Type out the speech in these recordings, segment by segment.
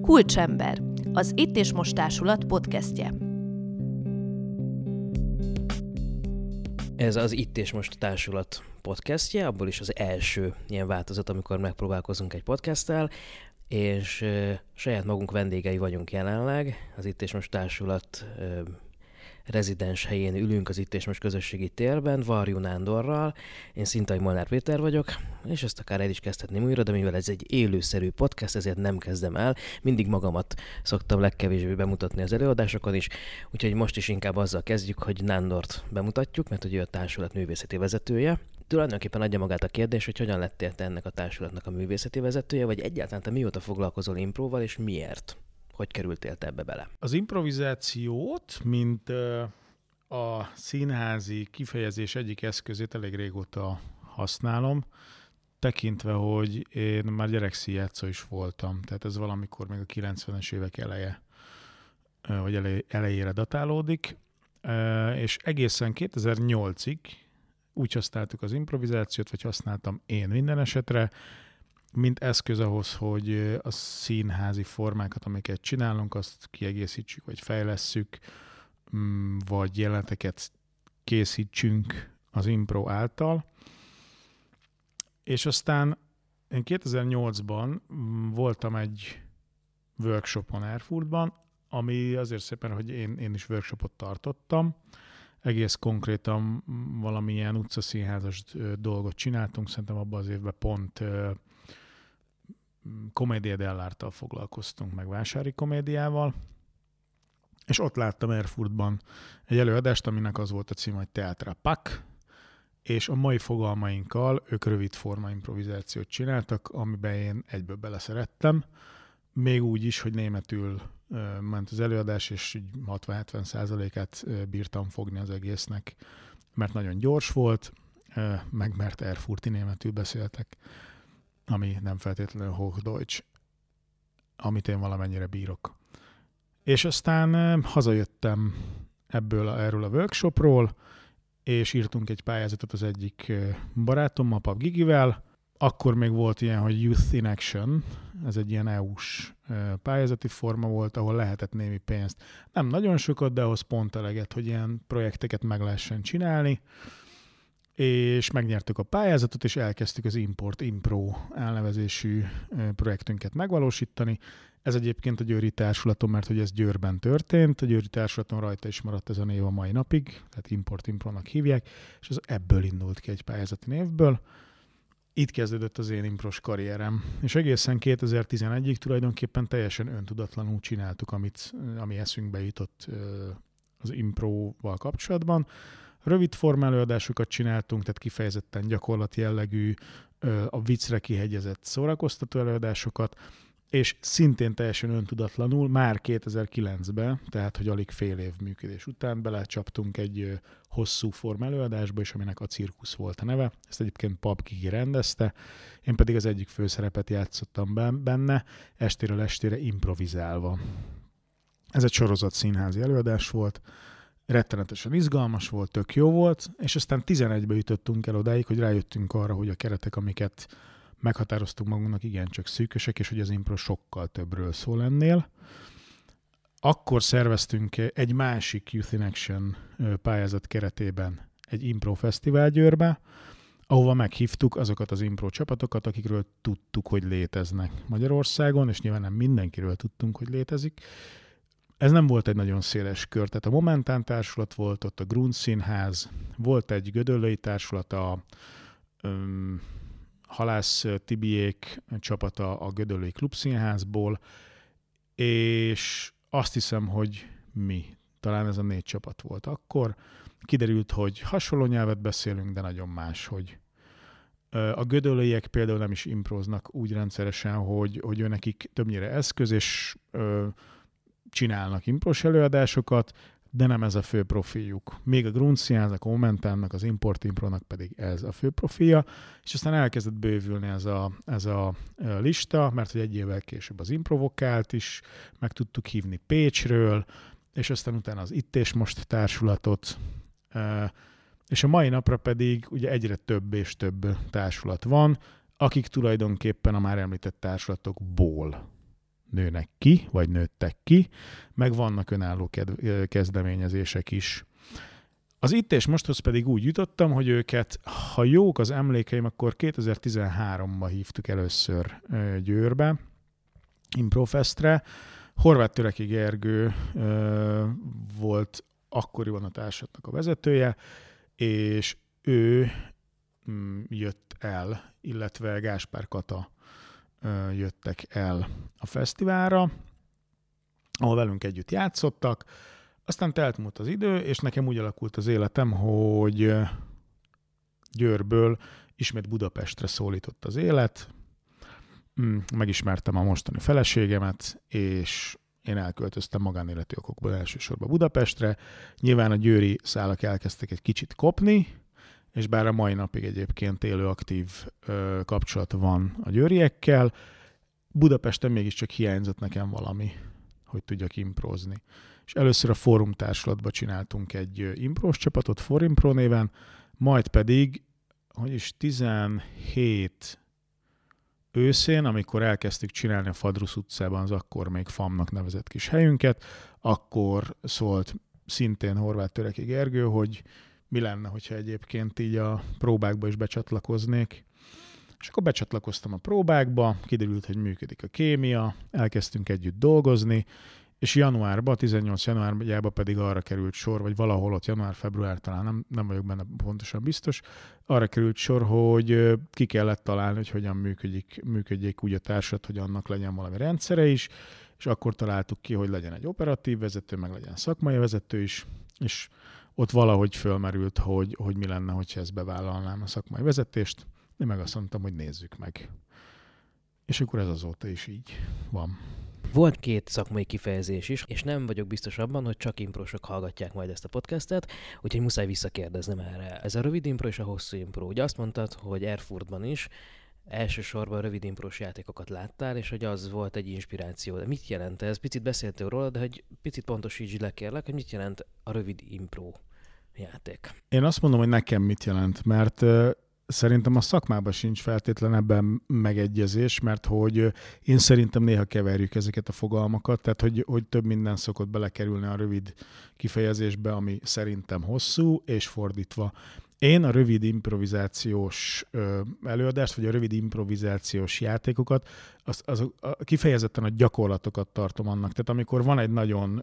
Kulcsember, az Itt és Most Társulat podcastje. Ez az Itt és Most Társulat podcastje, abból is az első ilyen változat, amikor megpróbálkozunk egy podcasttel, és saját magunk vendégei vagyunk jelenleg. Az Itt és Most Társulat rezidens helyén ülünk az Itt és Most közösségi térben, Varjú Nándorral. Én Szintai Molnár Péter vagyok, és ezt akár el is kezdhetném újra, de mivel ez egy élőszerű podcast, ezért nem kezdem el. Mindig magamat szoktam legkevésbé bemutatni az előadásokon is, úgyhogy most is inkább azzal kezdjük, hogy Nándort bemutatjuk, mert hogy ő a társulat művészeti vezetője. Tulajdonképpen adja magát a kérdés, hogy hogyan lettél te ennek a társulatnak a művészeti vezetője, vagy egyáltalán te mióta foglalkozol impróval, és miért? Hogy kerültél te ebbe bele? Az improvizációt, mint a színházi kifejezés egyik eszközét elég régóta használom, tekintve, hogy én már gyerekszínjátszó is voltam. Tehát ez valamikor még a 90-es évek eleje, vagy elejére datálódik. És egészen 2008-ig úgy használtuk az improvizációt, vagy használtam én minden esetre, mint eszköz ahhoz, hogy a színházi formákat, amiket csinálunk, azt kiegészítsük, vagy fejlesszük, vagy jeleneteket készítsünk az impro által. És aztán én 2008-ban voltam egy workshopon Erfurtban, ami azért szépen, hogy én is workshopot tartottam. Egész konkrétan valamilyen utcaszínházas dolgot csináltunk, szerintem abban az évben pont Commedia dell'arttal foglalkoztunk, meg vásári komédiával, és ott láttam Erfurtban egy előadást, aminek az volt a cím, hogy Teatra Pak, és a mai fogalmainkkal ők rövid forma improvizációt csináltak, amiben én egyből beleszerettem, még úgy is, hogy németül ment az előadás, és 60-70%-át bírtam fogni az egésznek, mert nagyon gyors volt, meg mert erfurti németül beszéltek, ami nem feltétlenül Hochdeutsch, amit én valamennyire bírok. És aztán hazajöttem erről a workshopról, és írtunk egy pályázatot az egyik barátommal, Pap Gigivel. Akkor még volt ilyen, hogy Youth in Action, ez egy ilyen EU-s pályázati forma volt, ahol lehetett némi pénzt. Nem nagyon sokat, de ahhoz pont eleget, hogy ilyen projekteket meg lehessen csinálni. És megnyertük a pályázatot, és elkezdtük az Import Impro elnevezésű projektünket megvalósítani. Ez egyébként a Győri Társulaton, mert hogy ez Győrben történt, a Győri Társulaton rajta is maradt ez a név a mai napig, tehát Import Impro-nak hívják, és az ebből indult ki egy pályázati névből. Itt kezdődött az én impros karrierem, és egészen 2011-ig tulajdonképpen teljesen öntudatlanul csináltuk, ami eszünkbe jutott az improval kapcsolatban. Rövid forma előadásokat csináltunk, tehát kifejezetten gyakorlati jellegű, a viccre kihegyezett szórakoztató előadásokat, és szintén teljesen öntudatlanul már 2009-ben, tehát hogy alig fél év működés után belecsaptunk egy hosszú forma előadásba is, aminek a Cirkusz volt a neve. Ezt egyébként Pap Gigi rendezte, én pedig az egyik főszerepet játszottam benne, estéről estére improvizálva. Ez egy sorozat színházi előadás volt, rettenetesen izgalmas volt, tök jó volt, és aztán 11-be jutottunk el odáig, hogy rájöttünk arra, hogy a keretek, amiket meghatároztunk magunknak, igencsak szűkösek, és hogy az impro sokkal többről szól ennél. Akkor szerveztünk egy másik Youth in Action pályázat keretében egy impro fesztivál Győrbe, ahova meghívtuk azokat az impro csapatokat, akikről tudtuk, hogy léteznek Magyarországon, és nyilván nem mindenkiről tudtunk, hogy létezik. Ez nem volt egy nagyon széles kör, tehát a Momentán társulat volt, ott a Grund Színház, volt egy gödöllői társulat, a Halász Tibiék csapata a Gödöllői Klubszínházból, és azt hiszem, hogy talán ez a 4 csapat volt akkor. Kiderült, hogy hasonló nyelvet beszélünk, de nagyon máshogy. A gödöllőiek például nem is improznak úgy rendszeresen, hogy nekik többnyire eszköz, és csinálnak impros előadásokat, de nem ez a fő profiljuk. Még a Grundszínháznak, a Momentánnak, az Import Impronak pedig ez a fő profilja, és aztán elkezdett bővülni ez a lista, mert hogy egy évvel később az Improvokált is meg tudtuk hívni Pécsről, és aztán utána az Itt és Most társulatot, és a mai napra pedig ugye egyre több és több társulat van, akik tulajdonképpen a már említett társulatokból nőnek ki, vagy nőttek ki, meg vannak önálló kezdeményezések is. Az itt és mosthoz pedig úgy jutottam, hogy őket, ha jók az emlékeim, akkor 2013-ban hívtuk először Győrbe, Improfestre. Horváth Töreki Gergő volt akkoriban a társadnak a vezetője, és ő jött el, illetve Gáspár Kata jöttek el a fesztiválra, ahol velünk együtt játszottak. Aztán teltmúlt az idő, és nekem úgy alakult az életem, hogy Győrből ismét Budapestre szólított az élet. Megismertem a mostani feleségemet, és én elköltöztem magánéleti okokból elsősorban Budapestre. Nyilván a győri szálak elkezdtek egy kicsit kopni, és bár a mai napig egyébként élő aktív kapcsolat van a győriekkel, Budapesten mégiscsak hiányzott nekem valami, hogy tudjak improzni. És először a Fórum Társulatban csináltunk egy imprós csapatot, Forimpro néven, majd pedig, 17 őszén, amikor elkezdtük csinálni a Fadrusz utcában az akkor még FAM-nak nevezett kis helyünket, akkor szólt szintén Horváth Töreki Gergő, hogy mi lenne, hogyha egyébként így a próbákba is becsatlakoznék. És akkor becsatlakoztam a próbákba, kiderült, hogy működik a kémia, elkezdtünk együtt dolgozni, és 18 januárjában pedig arra került sor, vagy valahol ott január-február, talán nem vagyok benne pontosan biztos, arra került sor, hogy ki kellett találni, hogy hogyan működjék úgy a társat, hogy annak legyen valami rendszere is, és akkor találtuk ki, hogy legyen egy operatív vezető, meg legyen szakmai vezető is, és ott valahogy fölmerült, hogy mi lenne, hogyha ezt bevállalnám a szakmai vezetést. Én meg azt mondtam, hogy nézzük meg. És akkor ez azóta is így van. Volt 2 szakmai kifejezés is, és nem vagyok biztos abban, hogy csak improsok hallgatják majd ezt a podcastet, úgyhogy muszáj visszakérdeznem erre. Ez a rövid impro és a hosszú impro. Ugye azt mondtad, hogy Erfurtban is elsősorban rövid imprós játékokat láttál, és hogy az volt egy inspiráció. De mit jelent ez? Picit beszéltél róla, de hogy picit pontosítsd le, kérlek, hogy mit jelent a rövid impro játék? Én azt mondom, hogy nekem mit jelent, mert szerintem a szakmában sincs feltétlen ebben megegyezés, mert hogy én szerintem néha keverjük ezeket a fogalmakat, tehát hogy több minden szokott belekerülni a rövid kifejezésbe, ami szerintem hosszú, és fordítva. Én a rövid improvizációs előadást, vagy a rövid improvizációs játékokat, kifejezetten a gyakorlatokat tartom annak. Tehát amikor van egy nagyon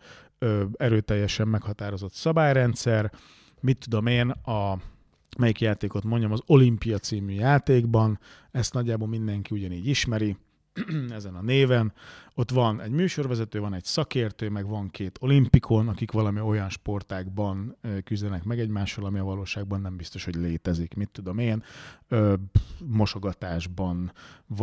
erőteljesen meghatározott szabályrendszer, mit tudom én, melyik játékot mondjam, az Olimpia című játékban, ezt nagyjából mindenki ugyanígy ismeri, ezen a néven. Ott van egy műsorvezető, van egy szakértő, meg van 2 olimpikon, akik valami olyan sportákban küzdenek meg egymással, ami a valóságban nem biztos, hogy létezik. Mit tudom én, mosogatásban,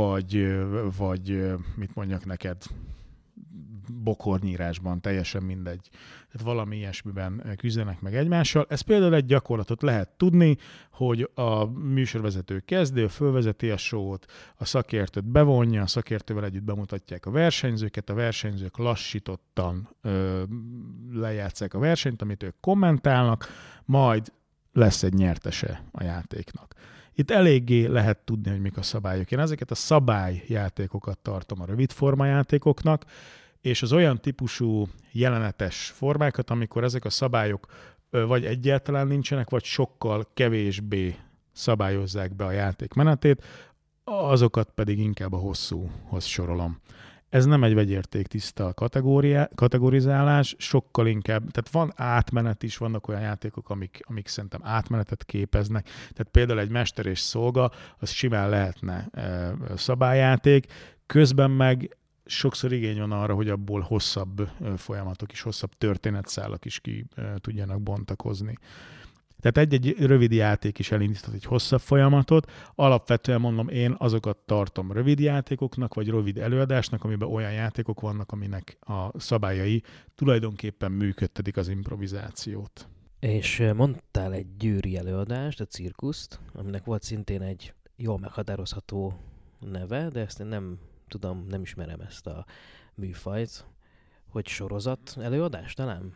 vagy mit mondjak neked, bokornyírásban, teljesen mindegy. Tehát valami ilyesmiben küzdenek meg egymással. Ez például egy gyakorlatot lehet tudni, hogy a műsorvezető kezdő, fölvezeti a show-t, a szakértőt bevonja, a szakértővel együtt bemutatják a versenyzőket, a versenyzők lassítottan lejátszák a versenyt, amit ők kommentálnak, majd lesz egy nyertese a játéknak. Itt eléggé lehet tudni, hogy mik a szabályok. Én ezeket a szabályjátékokat tartom a rövidforma játékoknak, és az olyan típusú jelenetes formákat, amikor ezek a szabályok vagy egyáltalán nincsenek, vagy sokkal kevésbé szabályozzák be a játék menetét, azokat pedig inkább a hosszúhoz sorolom. Ez nem egy vegyértéktiszta kategorizálás, sokkal inkább, tehát van átmenet is, vannak olyan játékok, amik szerintem átmenetet képeznek, tehát például egy mester és szolga, az simán lehetne szabályjáték, közben meg sokszor igény van arra, hogy abból hosszabb folyamatok is, hosszabb történetszálak is ki tudjanak bontakozni. Tehát egy-egy rövid játék is elindíthat egy hosszabb folyamatot. Alapvetően mondom, én azokat tartom rövid játékoknak, vagy rövid előadásnak, amiben olyan játékok vannak, aminek a szabályai tulajdonképpen működtetik az improvizációt. És mondtál egy győri előadást, a Cirkuszt, aminek volt szintén egy jól meghatározható neve, de ezt én nem tudom, nem ismerem ezt a műfajt, hogy sorozat előadás talán?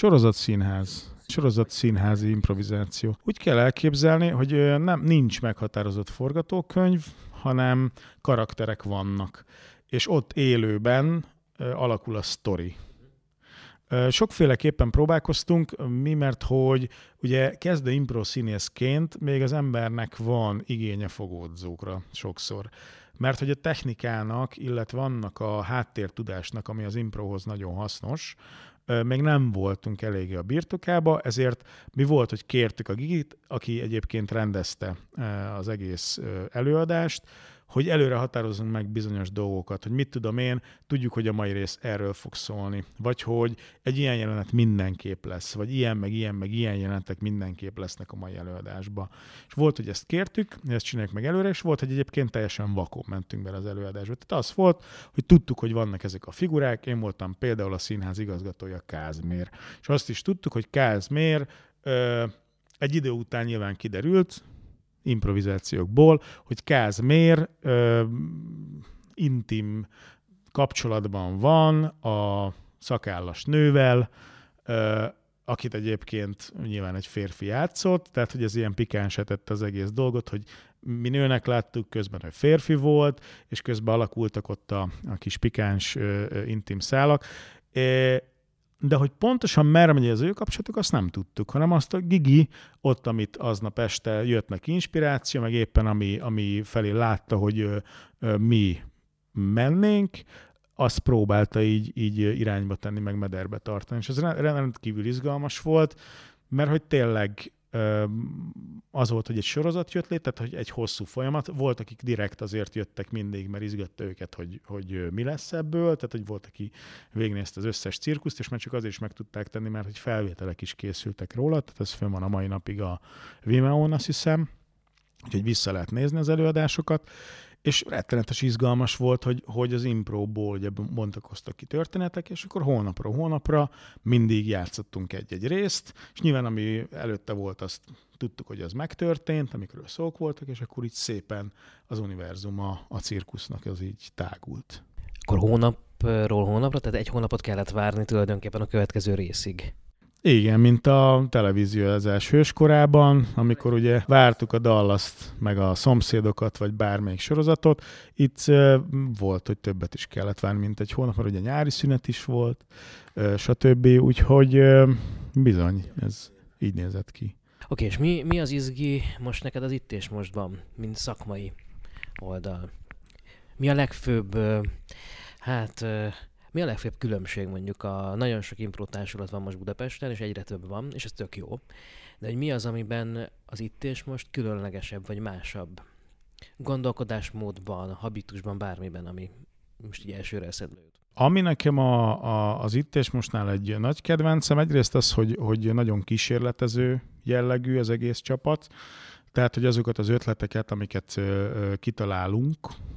Sorozat színházi improvizáció. Úgy kell elképzelni, hogy nincs meghatározott forgatókönyv, hanem karakterek vannak. és ott élőben alakul a sztori. Sokféleképpen próbálkoztunk, mert hogy ugye kezdő impro színészként még az embernek van igénye fogódzókra sokszor. Mert hogy a technikának, illetve annak a háttértudásnak, ami az improhoz nagyon hasznos, még nem voltunk eléggé a birtokába, ezért mi volt, hogy kértük a Gigit, aki egyébként rendezte az egész előadást, hogy előre határozzunk meg bizonyos dolgokat, hogy mit tudom én, tudjuk, hogy a mai rész erről fog szólni, vagy hogy egy ilyen jelenet mindenképp lesz, vagy ilyen, meg ilyen jelenetek mindenképp lesznek a mai előadásba. És volt, hogy ezt kértük, hogy ezt csináljuk meg előre, és volt, hogy egyébként teljesen vakon mentünk bele az előadásba. Tehát az volt, hogy tudtuk, hogy vannak ezek a figurák, én voltam például a színház igazgatója, Kázmér. És azt is tudtuk, hogy Kázmér egy idő után nyilván kiderült, improvizációkból, hogy Kázmér intim kapcsolatban van a szakállas nővel, akit egyébként nyilván egy férfi játszott, tehát hogy ez ilyen pikánsá tette az egész dolgot, hogy mi nőnek láttuk, közben ő férfi volt, és közben alakultak ott a kis pikáns intim szálak. De hogy pontosan merre megy az ő kapcsolatuk, azt nem tudtuk, hanem azt a Gigi ott, amit aznap este jött neki inspiráció, meg éppen ami felé látta, hogy mi mennénk, azt próbálta így irányba tenni, meg mederbe tartani. És ez rendkívül izgalmas volt, mert hogy tényleg az volt, hogy egy sorozat jött létre, tehát hogy egy hosszú folyamat. Volt, akik direkt azért jöttek mindig, mert izgatta őket, hogy mi lesz ebből, tehát hogy volt, aki végignézte az összes cirkuszt, és már csak azért is meg tudták tenni, mert hogy felvételek is készültek róla, tehát ez fönn van a mai napig a Vimeo-n, azt hiszem, úgyhogy vissza lehet nézni az előadásokat, és rettenetes izgalmas volt, hogy az impróból ugye bontakoztak ki történetek, és akkor hónapról hónapra mindig játszottunk egy-egy részt, és nyilván ami előtte volt, azt tudtuk, hogy az megtörtént, amikről szók voltak, és akkor így szépen az univerzum a cirkusznak az így tágult. Akkor hónapról hónapra, tehát egy hónapot kellett várni tulajdonképpen a következő részig. Igen, mint a televíziózás hőskorában, amikor ugye vártuk a Dallast, meg a Szomszédokat, vagy bármelyik sorozatot. Itt volt, hogy többet is kellett várni, mint egy hónap, mert ugye nyári szünet is volt, stb. Úgyhogy bizony, ez így nézett ki. Oké, és mi az izgi most neked az itt és mostban, mint szakmai oldal? Mi a legfőbb, mi a legfőbb különbség mondjuk nagyon sok imprótársulat van most Budapesten, és egyre több van, és ez tök jó. De hogy mi az, amiben az itt és most különlegesebb, vagy másabb? Gondolkodásmódban, habitusban, bármiben, ami most így elsőre eszedbe jut. Ami nekem az itt és mostnál egy nagy kedvencem, egyrészt az, hogy nagyon kísérletező jellegű az egész csapat, tehát, hogy azokat az ötleteket, amiket kitalálunk,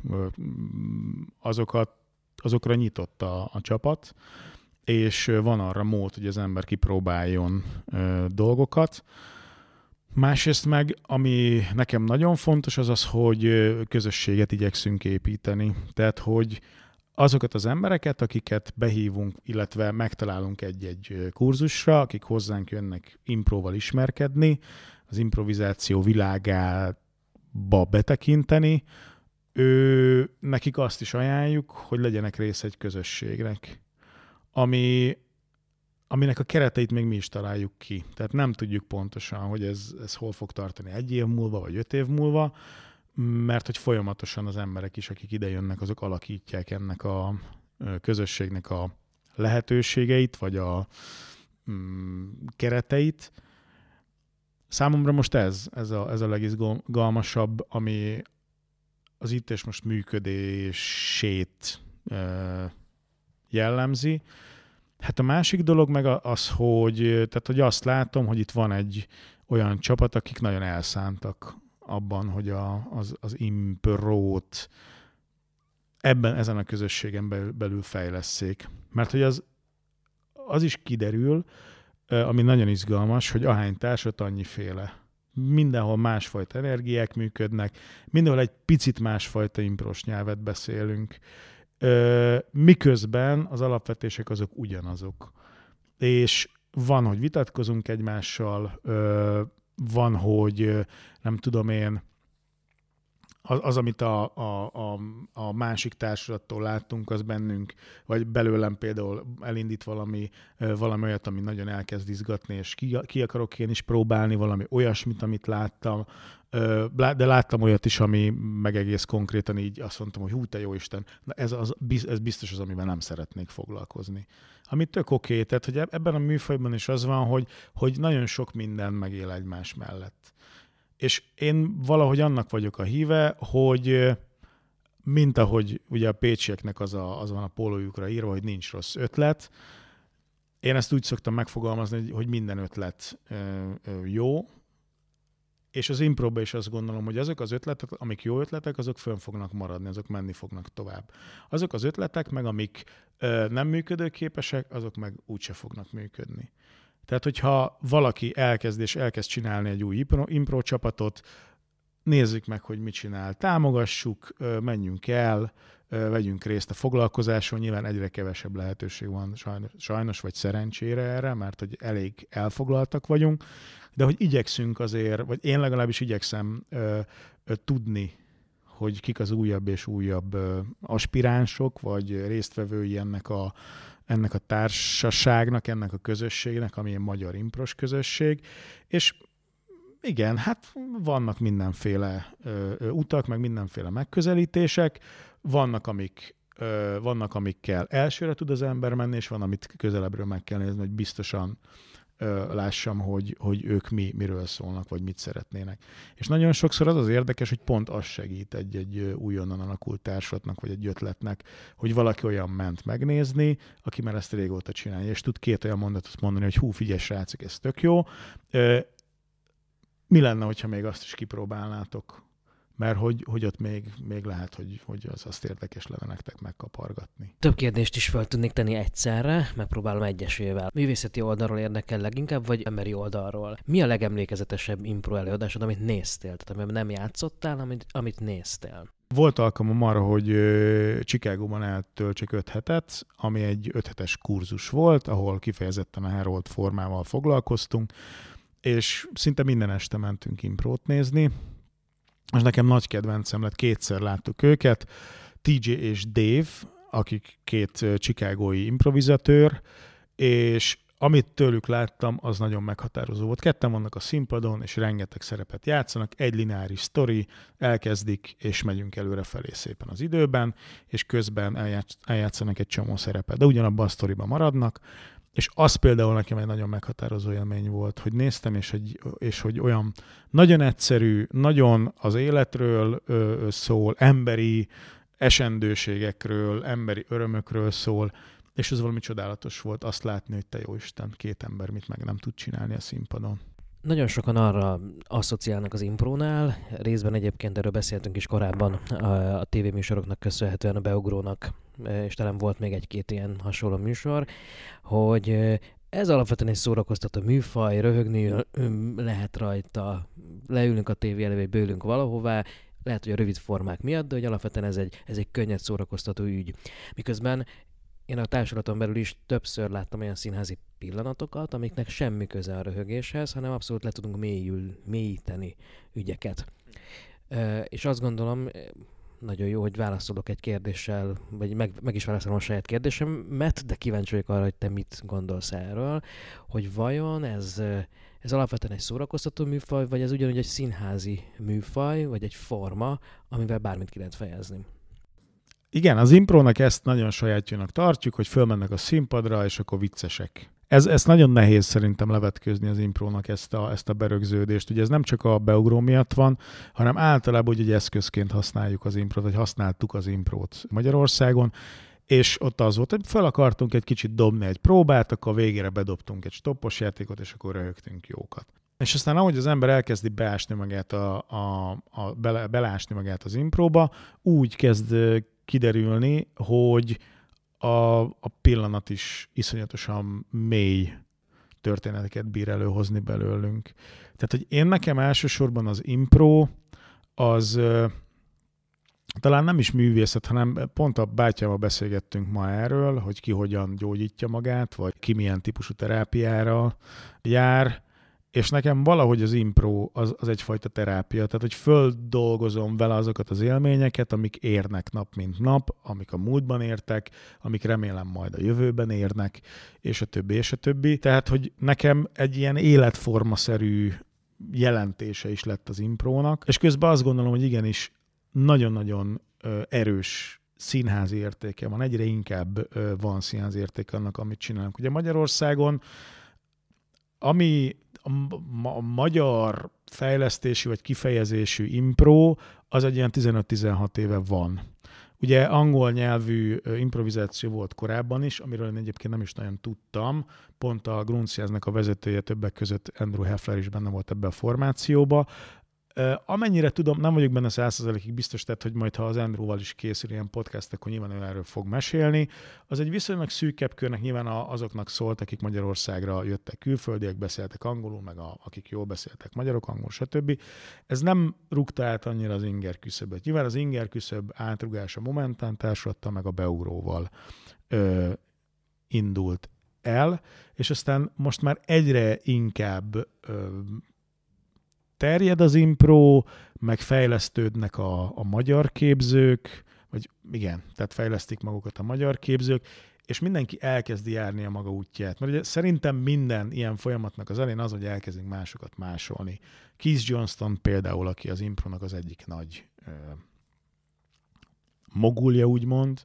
azokra nyitott a csapat, és van arra mód, hogy az ember kipróbáljon dolgokat. Másrészt meg, ami nekem nagyon fontos, az, hogy közösséget igyekszünk építeni. Tehát, hogy azokat az embereket, akiket behívunk, illetve megtalálunk egy kurzusra, akik hozzánk jönnek impróval ismerkedni, az improvizáció világába betekinteni, nekik azt is ajánljuk, hogy legyenek része egy közösségnek, aminek a kereteit még mi is találjuk ki. Tehát nem tudjuk pontosan, hogy ez hol fog tartani 1 év múlva, vagy 5 év múlva, mert hogy folyamatosan az emberek is, akik ide jönnek, azok alakítják ennek a közösségnek a lehetőségeit, vagy a kereteit. Számomra most ez a legizgalmasabb, ami az itt és most működését jellemzi. Hát a másik dolog meg az, hogy azt látom, hogy itt van egy olyan csapat, akik nagyon elszántak abban, hogy az imprót ezen a közösségen belül fejlesszék. Mert hogy az is kiderül, ami nagyon izgalmas, hogy ahány társat, annyiféle. Mindenhol másfajta energiák működnek, mindenhol egy picit másfajta impros nyelvet beszélünk, miközben az alapvetések azok ugyanazok. És van, hogy vitatkozunk egymással, van, hogy nem tudom én, az amit a a másik társulattól láttunk, az bennünk, vagy belőlem például elindít valami olyat, ami nagyon elkezd izgatni, és ki akarok én is próbálni valami olyasmit, amit láttam, de láttam olyat is, ami meg egész konkrétan így azt mondtam, hogy hú, te jó Isten, ez biztos az, amivel nem szeretnék foglalkozni. Ami tök oké, tehát hogy ebben a műfajban is az van, hogy nagyon sok minden megél egymás mellett. És én valahogy annak vagyok a híve, hogy mint ahogy ugye a pécsieknek az van a pólójukra írva, hogy nincs rossz ötlet, én ezt úgy szoktam megfogalmazni, hogy minden ötlet jó, és az impróba is azt gondolom, hogy azok az ötletek, amik jó ötletek, azok fönn fognak maradni, azok menni fognak tovább. Azok az ötletek, meg amik nem működőképesek, azok meg úgyse fognak működni. Tehát, hogyha valaki elkezd csinálni egy új impró csapatot, nézzük meg, hogy mit csinál. Támogassuk, menjünk el, vegyünk részt a foglalkozáson. Nyilván egyre kevesebb lehetőség van sajnos vagy szerencsére erre, mert hogy elég elfoglaltak vagyunk, de hogy igyekszünk azért, vagy én legalábbis igyekszem tudni, hogy kik az újabb és újabb aspiránsok, vagy résztvevői ennek a társaságnak, ennek a közösségnek, ami egy magyar impros közösség, és igen, hát vannak mindenféle utak, meg mindenféle megközelítések, vannak amikkel elsőre tud az ember menni, és van, amit közelebbről meg kell nézni, hogy biztosan lássam, hogy ők miről szólnak, vagy mit szeretnének. És nagyon sokszor az érdekes, hogy pont az segít egy újonnan alakult társulatnak, vagy egy ötletnek, hogy valaki olyan ment megnézni, aki már ezt régóta csinálja, és tud két olyan mondatot mondani, hogy hú, figyelj srácok, ez tök jó. Mi lenne, hogyha még azt is kipróbálnátok? Mert hogy ott még lehet, hogy azt érdekes lenne nektek megkapargatni. Több kérdést is fel tudnék tenni egyszerre, megpróbálom egyesével. Művészeti oldalról érdekel leginkább, vagy emberi oldalról? Mi a legemlékezetesebb impro előadásod, amit néztél? Tehát amiben nem játszottál, amit néztél? Volt alkalmam arra, hogy Chicagóban eltöltsek 5 hetet, ami egy 5 hetes kurzus volt, ahol kifejezetten a Harold formával foglalkoztunk, és szinte minden este mentünk imprót nézni. És nekem nagy kedvencem lett, 2-szer láttuk őket, TJ és Dave, akik 2 chicagói improvizatőr, és amit tőlük láttam, az nagyon meghatározó volt. 2 vannak a színpadon, és rengeteg szerepet játszanak, egy lineáris sztori, elkezdik, és megyünk előrefelé szépen az időben, és közben eljátszanak egy csomó szerepet, de ugyanabban a sztoriban maradnak, és az például nekem egy nagyon meghatározó élmény volt, hogy néztem, és hogy olyan nagyon egyszerű, nagyon az életről szól, emberi esendőségekről, emberi örömökről szól, és ez valami csodálatos volt azt látni, hogy te jó Isten, 2 ember mit meg nem tud csinálni a színpadon. Nagyon sokan arra asszociálnak az imprónál, részben egyébként erről beszéltünk is korábban a tévéműsoroknak köszönhetően a Beugrónak, és talán volt még 1-2 ilyen hasonló műsor, hogy ez alapvetően egy szórakoztató műfaj, röhögni lehet rajta, leülünk a tévé elé, vagy beülünk valahová, lehet, hogy a rövid formák miatt, de hogy alapvetően ez egy könnyed szórakoztató ügy. Miközben én a társulaton belül is többször láttam olyan színházi pillanatokat, amiknek semmi köze a röhögéshez, hanem abszolút le tudunk mélyíteni ügyeket. És azt gondolom, nagyon jó, hogy válaszolok egy kérdéssel, vagy meg is válaszolom a saját kérdésemet, de kíváncsi vagyok arra, hogy te mit gondolsz erről, hogy vajon ez alapvetően egy szórakoztató műfaj, vagy ez ugyanúgy egy színházi műfaj, vagy egy forma, amivel bármit ki lehet fejezni. Igen, az imprónak ezt nagyon sajátjának tartjuk, hogy fölmennek a színpadra, és akkor viccesek. Ez nagyon nehéz szerintem levetkőzni az imprónak ezt a berögződést. Ugye ez nem csak a beugró miatt van, hanem általában úgy egy eszközként használjuk az imprót, vagy használtuk az imprót Magyarországon, és ott az volt, hogy fel akartunk egy kicsit dobni egy próbát, akkor végére bedobtunk egy stoppos játékot, és akkor röhögtünk jókat. És aztán ahogy az ember elkezdi beásni magát, beleásni magát az impróba, úgy kezd kiderülni, hogy a pillanat is iszonyatosan mély történeteket bír előhozni belőlünk. Tehát, hogy nekem elsősorban az impro az talán nem is művészet, hanem pont a bátyával beszélgettünk ma erről, hogy ki hogyan gyógyítja magát, vagy ki milyen típusú terápiára jár, És nekem valahogy az impro az egyfajta terápia, tehát hogy földolgozom vele azokat az élményeket, amik érnek nap mint nap, amik a múltban értek, amik remélem majd a jövőben érnek, és a többi, és a többi. Tehát, hogy nekem egy ilyen életformaszerű jelentése is lett az imprónak, és közben azt gondolom, hogy igenis nagyon-nagyon erős színházi értéke van, egyre inkább van színházi értéke annak, amit csinálunk. Ugye Magyarországon, ami a magyar fejlesztési vagy kifejezésű impro, az egy ilyen 15-16 éve van. Ugye angol nyelvű improvizáció volt korábban is, amiről én egyébként nem is nagyon tudtam. Pont a Grunciáznak a vezetője, többek között Andrew Heffler is benne volt ebbe a formációba. Amennyire tudom, nem vagyok benne 100%-ig biztos, tehát, hogy majd ha az Andrewval is készül ilyen podcast, akkor nyilván ő erről fog mesélni. Az egy viszonylag szűkebb körnek nyilván azoknak szólt, akik Magyarországra jöttek külföldiek, beszéltek angolul, meg akik jól beszéltek magyarok, angol, stb. Ez nem rúgta át annyira az inger küszöböt. Nyilván az inger küszöb átrugás a Momentán társulattal, meg a Beugróval indult el, és aztán most már egyre inkább terjed az impro, meg fejlesztődnek a magyar képzők, vagy igen, tehát fejlesztik magukat a magyar képzők, és mindenki elkezdi járni a maga útját. Mert ugye szerintem minden ilyen folyamatnak az elején az, hogy elkezdünk másokat másolni. Keith Johnston például, aki az impronak az egyik nagy mogulja, úgymond.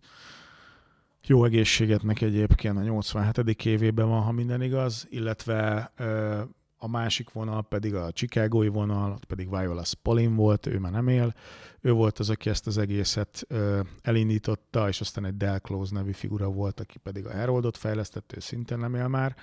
Jó egészséget neki egyébként, a 87. évében van, ha minden igaz, illetve a másik vonal pedig a chicagói vonal, ott pedig Viola Spolin volt, ő már nem él. Ő volt az, aki ezt az egészet elindította, és aztán egy Del Close nevű figura volt, aki pedig a Heroldot fejlesztett, ő szintén nem él már.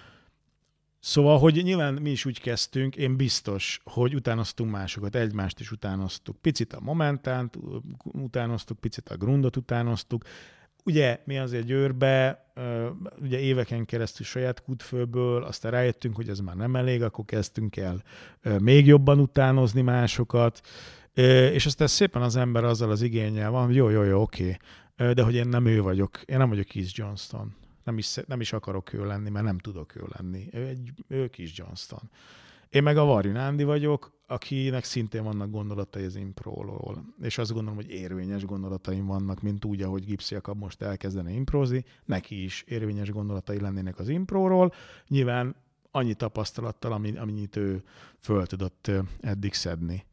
Szóval, hogy nyilván mi is úgy kezdtünk, én biztos, hogy utánoztunk másokat, egymást is utánoztuk. Picit a Momentánt utánoztuk, picit a Grundot utánoztuk. Ugye mi azért Győrbe, ugye éveken keresztül saját kútfőből, aztán rájöttünk, hogy ez már nem elég, akkor kezdtünk el még jobban utánozni másokat, és aztán szépen az ember azzal az igénnyel van, hogy jó, oké, de hogy én nem ő vagyok, én nem vagyok Keith Johnston, nem is akarok ő lenni, mert nem tudok ő lenni, ő Keith Johnston. Én meg a Varjú Nándi vagyok, akinek szintén vannak gondolatai az impróról. És azt gondolom, hogy érvényes gondolataim vannak, mint úgy, ahogy Gipsy Jakab most elkezdene improzni, neki is érvényes gondolatai lennének az impróról. Nyilván annyi tapasztalattal, amennyit ő föl tudott eddig szedni.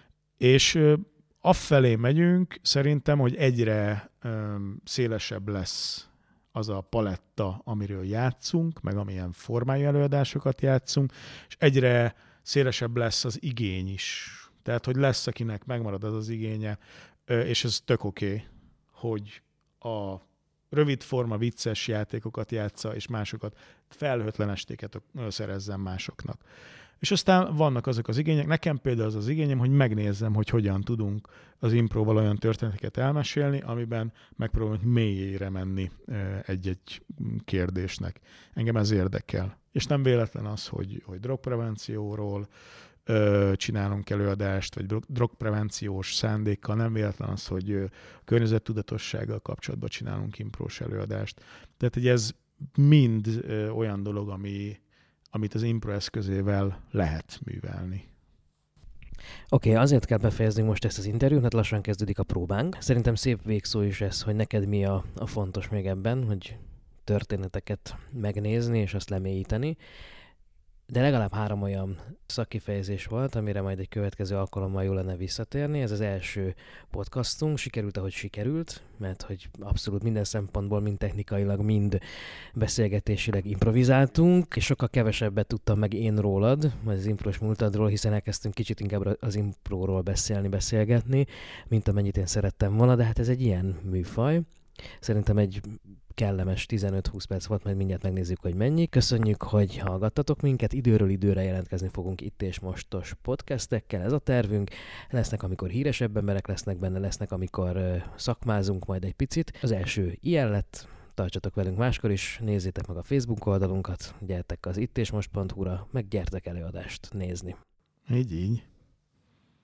És afelé megyünk, szerintem, hogy egyre szélesebb lesz az a paletta, amiről játszunk, meg amilyen formájú előadásokat játszunk, és egyre szélesebb lesz az igény is. Tehát, hogy lesz, akinek megmarad az igénye, és ez tök oké, hogy a rövid forma vicces játékokat játsza, és másokat felhőtlen estéket szerezzen másoknak. És aztán vannak azok az igények. Nekem például az az igényem, hogy megnézzem, hogy hogyan tudunk az impróval olyan történeteket elmesélni, amiben megpróbálunk mélyére menni egy-egy kérdésnek. Engem ez érdekel. És nem véletlen az, hogy drogprevencióról csinálunk előadást, vagy drogprevenciós szándékkal, nem véletlen az, hogy környezettudatossággal kapcsolatban csinálunk imprós előadást. Tehát, hogy ez mind olyan dolog, amit az impro eszközével lehet művelni. Oké, azért kell befejeznünk most ezt az interjút, mert lassan kezdődik a próbánk. Szerintem szép végszó is ez, hogy neked mi a fontos még ebben, hogy történeteket megnézni és azt lemélyíteni. De legalább 3 olyan szakkifejezés volt, amire majd egy következő alkalommal jó lenne visszatérni. Ez az első podcastunk. Sikerült, ahogy sikerült, mert hogy abszolút minden szempontból, mind technikailag, mind beszélgetésileg improvizáltunk, és sokkal kevesebbet tudtam meg én rólad, vagy az impros múltadról, hiszen elkezdtünk kicsit inkább az impróról beszélgetni, mint amennyit én szerettem volna, de hát ez egy ilyen műfaj. Szerintem egy kellemes 15-20 perc volt, majd mindjárt megnézzük, hogy mennyi. Köszönjük, hogy hallgattatok minket, időről időre jelentkezni fogunk itt és mostos podcastekkel, ez a tervünk. Lesznek, amikor híresebb emberek lesznek benne, lesznek, amikor szakmázunk majd egy picit. Az első ilyen lett, tartsatok velünk máskor is, nézzétek meg a Facebook oldalunkat, gyertek az ittésmost.hu-ra, meg gyertek előadást nézni. Így.